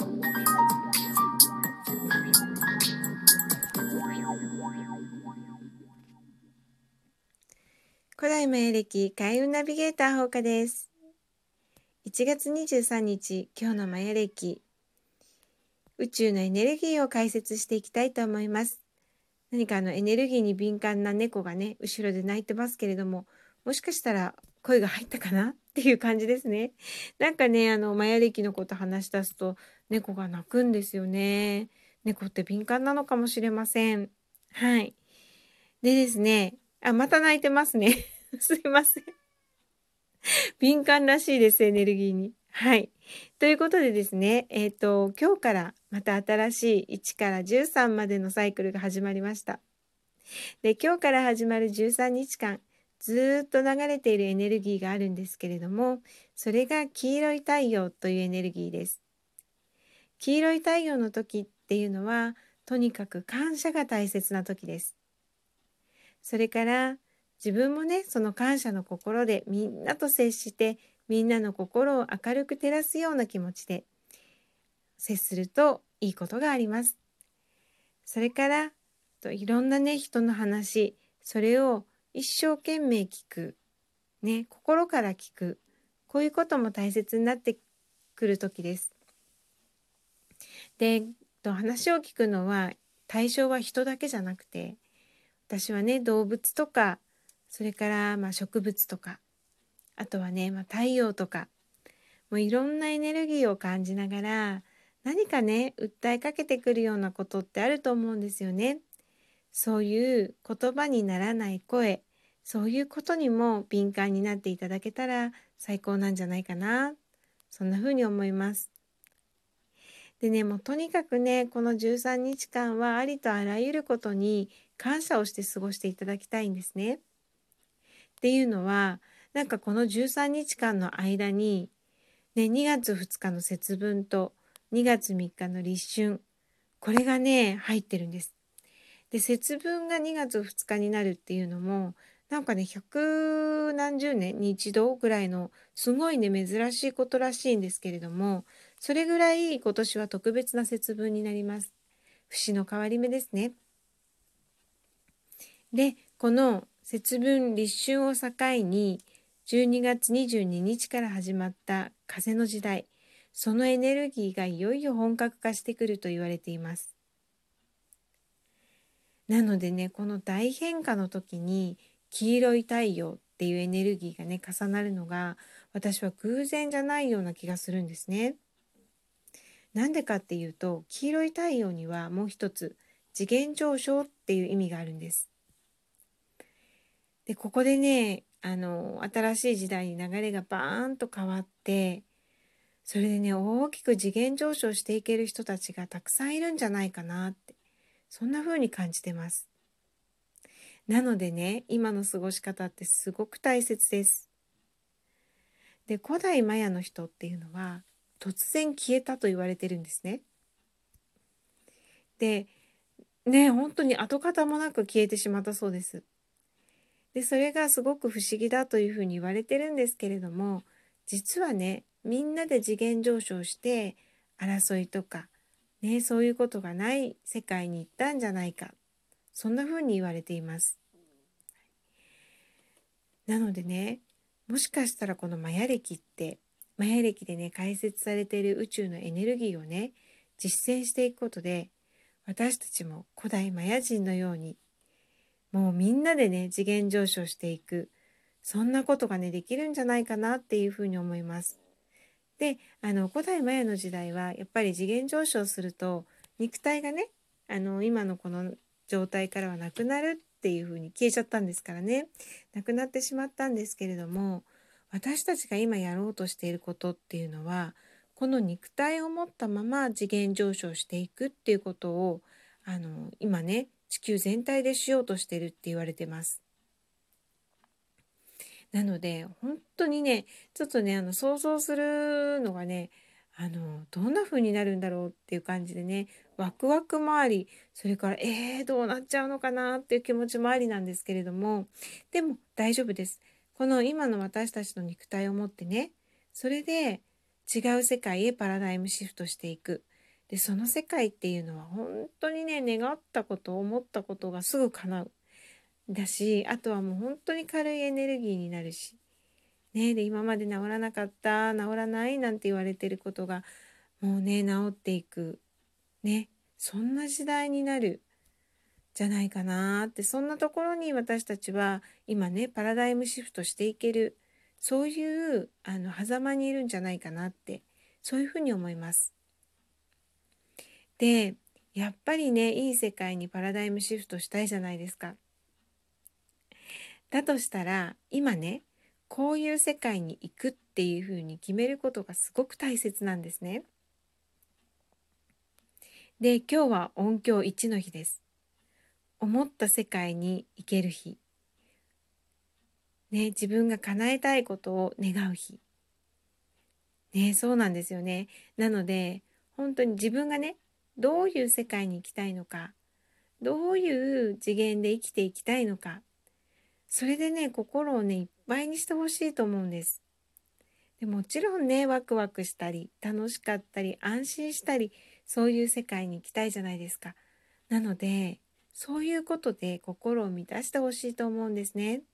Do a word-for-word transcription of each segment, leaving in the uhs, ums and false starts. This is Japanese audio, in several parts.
古代マヤ暦開運ナビゲーターほうかです。いちがつにじゅうさんにち、今日のマヤ暦、宇宙のエネルギーを解説していきたいと思います。何かあのエネルギーに敏感な猫がね、後ろで鳴いてますけれども、もしかしたら声が入ったかなっていう感じですね。なんかね、あのマヤ暦のこと話し出すと猫が鳴くんですよね。猫って敏感なのかもしれません。はい。でですね、あ、また鳴いてますね。すいません。敏感らしいです、エネルギーに。はい。ということでですね、えっと、今日からまた新しいいちからじゅうさんまでのサイクルが始まりました。で、今日から始まるじゅうさんにちかん、ずーっと流れているエネルギーがあるんですけれども、それが黄色い太陽というエネルギーです。黄色い太陽の時っていうのは、とにかく感謝が大切な時です。それから自分もね、その感謝の心でみんなと接して、みんなの心を明るく照らすような気持ちで接するといいことがあります。それからといろんなね、人の話、それを一生懸命聞く、ね、心から聞く、こういうことも大切になってくる時です。で、と話を聞くのは対象は人だけじゃなくて、私はね、動物とか、それからまあ植物とか、あとはね、まあ、太陽とか、もういろんなエネルギーを感じながら、何かね、訴えかけてくるようなことってあると思うんですよね。そういう言葉にならない声、そういうことにも敏感になっていただけたら最高なんじゃないかな。そんな風に思います。でね、もうとにかくね、このじゅうさんにちかんはありとあらゆることに感謝をして過ごしていただきたいんですね。っていうのは、なんかこのじゅうさんにちかんの間に、ね、にがつふつかの節分とにがつみっかの立春、これがね、入ってるんです。で、節分がにがつふつかになるっていうのも、なんかね、百何十年に一度ぐらいのすごいね、珍しいことらしいんですけれども、それぐらい今年は特別な節分になります。節の変わり目ですね。で、この節分立春を境にじゅうにがつにじゅうににちから始まった風の時代、そのエネルギーがいよいよ本格化してくると言われています。なのでね、この大変化の時に黄色い太陽っていうエネルギーがね、重なるのが私は偶然じゃないような気がするんですね。なんでかっていうと、黄色い太陽にはもう一つ次元上昇っていう意味があるんです。で、ここでね、あの、新しい時代に流れがバーンと変わって、それでね、大きく次元上昇していける人たちがたくさんいるんじゃないかなって、そんな風に感じてます。なのでね、今の過ごし方ってすごく大切です。で、古代マヤの人っていうのは、突然消えたと言われてるんですね。で、ね、本当に跡形もなく消えてしまったそうです。で、それがすごく不思議だというふうに言われてるんですけれども、実はね、みんなで次元上昇して争いとか、ね、そういうことがない世界に行ったんじゃないか。そんなふうに言われています。なのでね、もしかしたらこのマヤ暦って、マヤ暦でね、解説されている宇宙のエネルギーをね、実践していくことで、私たちも古代マヤ人のように、もうみんなでね、次元上昇していく、そんなことがね、できるんじゃないかなっていうふうに思います。で、あの、古代マヤの時代は、やっぱり次元上昇すると、肉体がね、あの、今のこの状態からはなくなるっていうふうに消えちゃったんですからね。なくなってしまったんですけれども、私たちが今やろうとしていることっていうのは、この肉体を持ったまま次元上昇していくっていうことを、あの、今ね、地球全体でしようとしてるって言われてます。なので本当にね、ちょっとね、あの想像するのがね、あのどんな風になるんだろうっていう感じでね、ワクワクもあり、それからえー、どうなっちゃうのかなっていう気持ちもありなんですけれども、でも大丈夫です。この今の私たちの肉体を持ってね、それで違う世界へパラダイムシフトしていく。 で、その世界っていうのは本当にね、願ったこと、思ったことがすぐ叶う。だし、あとはもう本当に軽いエネルギーになるし。ね、で、今まで治らなかった、治らないなんて言われてることが、もうね、治っていく。ね、そんな時代になるじゃないかなって、そんなところに私たちは今ね、パラダイムシフトしていける、そういうあの狭間にいるんじゃないかなって、そういうふうに思います。で、やっぱりね、いい世界にパラダイムシフトしたいじゃないですか。だとしたら、今ね、こういう世界に行くっていうふうに決めることがすごく大切なんですね。で、今日は音響いちの日です。思った世界に行ける日。ね、自分が叶えたいことを願う日。ね、そうなんですよね。なので、本当に自分がね、どういう世界に行きたいのか、どういう次元で生きていきたいのか、それでね、心をね、いっぱいにしてほしいと思うんです。でもちろんね、ワクワクしたり、楽しかったり、安心したり、そういう世界に行きたいじゃないですか。なので、そういうことで心を満たしてほしいと思うんですね。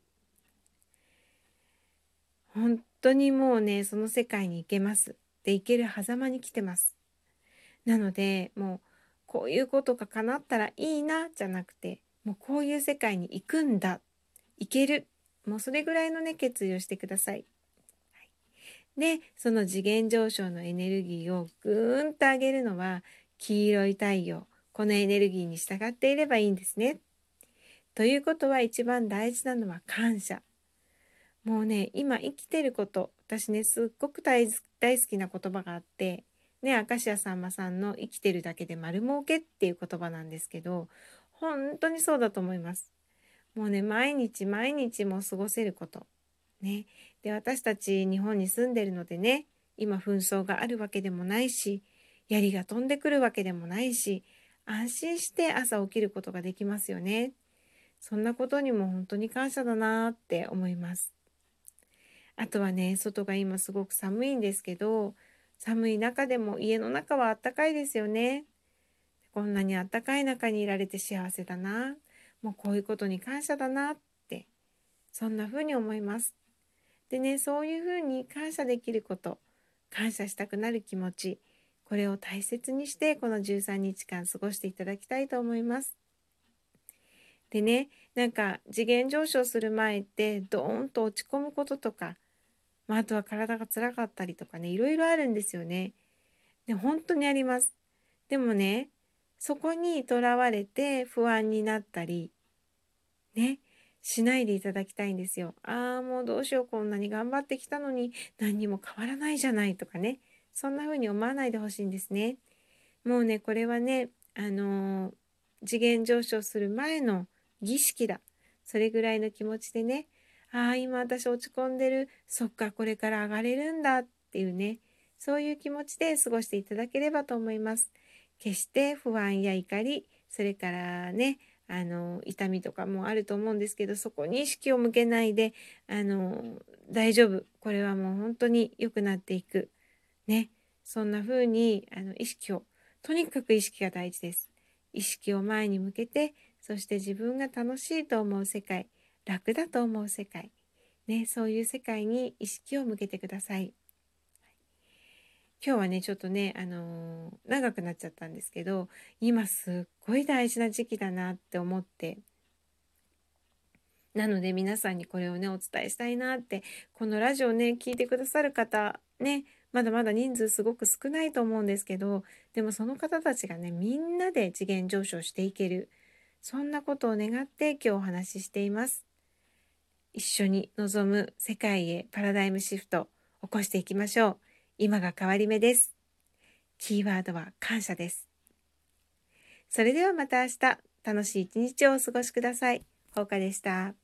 本当にもうね、その世界に行けます。で、行ける狭間に来てます。なので、もう、こういうことが叶ったらいいな、じゃなくて、もうこういう世界に行くんだ。行ける。もうそれぐらいのね、決意をしてください。で、その次元上昇のエネルギーをぐーんと上げるのは、黄色い太陽。このエネルギーに従っていればいいんですね。ということは一番大事なのは感謝。もうね、今生きてること、私ね、すっごく大大好きな言葉があって、ね、明石家さんまさんの生きてるだけで丸儲けっていう言葉なんですけど、本当にそうだと思います。もうね、毎日毎日も過ごせること。ね。で、私たち日本に住んでるのでね、今紛争があるわけでもないし、槍が飛んでくるわけでもないし、安心して朝起きることができますよね。そんなことにも本当に感謝だなって思います。あとはね、外が今すごく寒いんですけど、寒い中でも家の中はあったかいですよね。こんなにあったかい中にいられて幸せだな。もうこういうことに感謝だなって、そんな風に思います。でね、そういう風に感謝できること、感謝したくなる気持ち、これを大切にしてこのじゅうさんにちかん過ごしていただきたいと思います。でね、なんか次元上昇する前ってドーンと落ち込むこととか、まあ、あとは体が辛かったりとかね、いろいろあるんですよね。で、本当にあります。でもね、そこにとらわれて不安になったり、ね、しないでいただきたいんですよ。ああ、もうどうしよう、こんなに頑張ってきたのに何にも変わらないじゃないとかね、そんな風に思わないでほしいんですね。もうね、これはね、あのー次元上昇する前の儀式だ。それぐらいの気持ちでね、ああ、今私落ち込んでる。そっか、これから上がれるんだっていうね、そういう気持ちで過ごしていただければと思います。決して不安や怒り、それからね、あの、痛みとかもあると思うんですけど、そこに意識を向けないで、あの、大丈夫。これはもう本当に良くなっていく。ね。そんな風に、あの、意識を、とにかく意識が大事です。意識を前に向けて、そして自分が楽しいと思う世界、楽だと思う世界、ね、そういう世界に意識を向けてください。今日はね、ちょっとね、あのー長くなっちゃったんですけど、今すっごい大事な時期だなって思って、なので皆さんにこれをね、お伝えしたいなって、このラジオね、聞いてくださる方、ね、まだまだ人数すごく少ないと思うんですけど、でもその方たちがね、みんなで次元上昇していける。そんなことを願って今日お話ししています。一緒に望む世界へパラダイムシフト起こしていきましょう。今が変わり目です。キーワードは感謝です。それではまた明日、楽しい一日をお過ごしください。ほうかでした。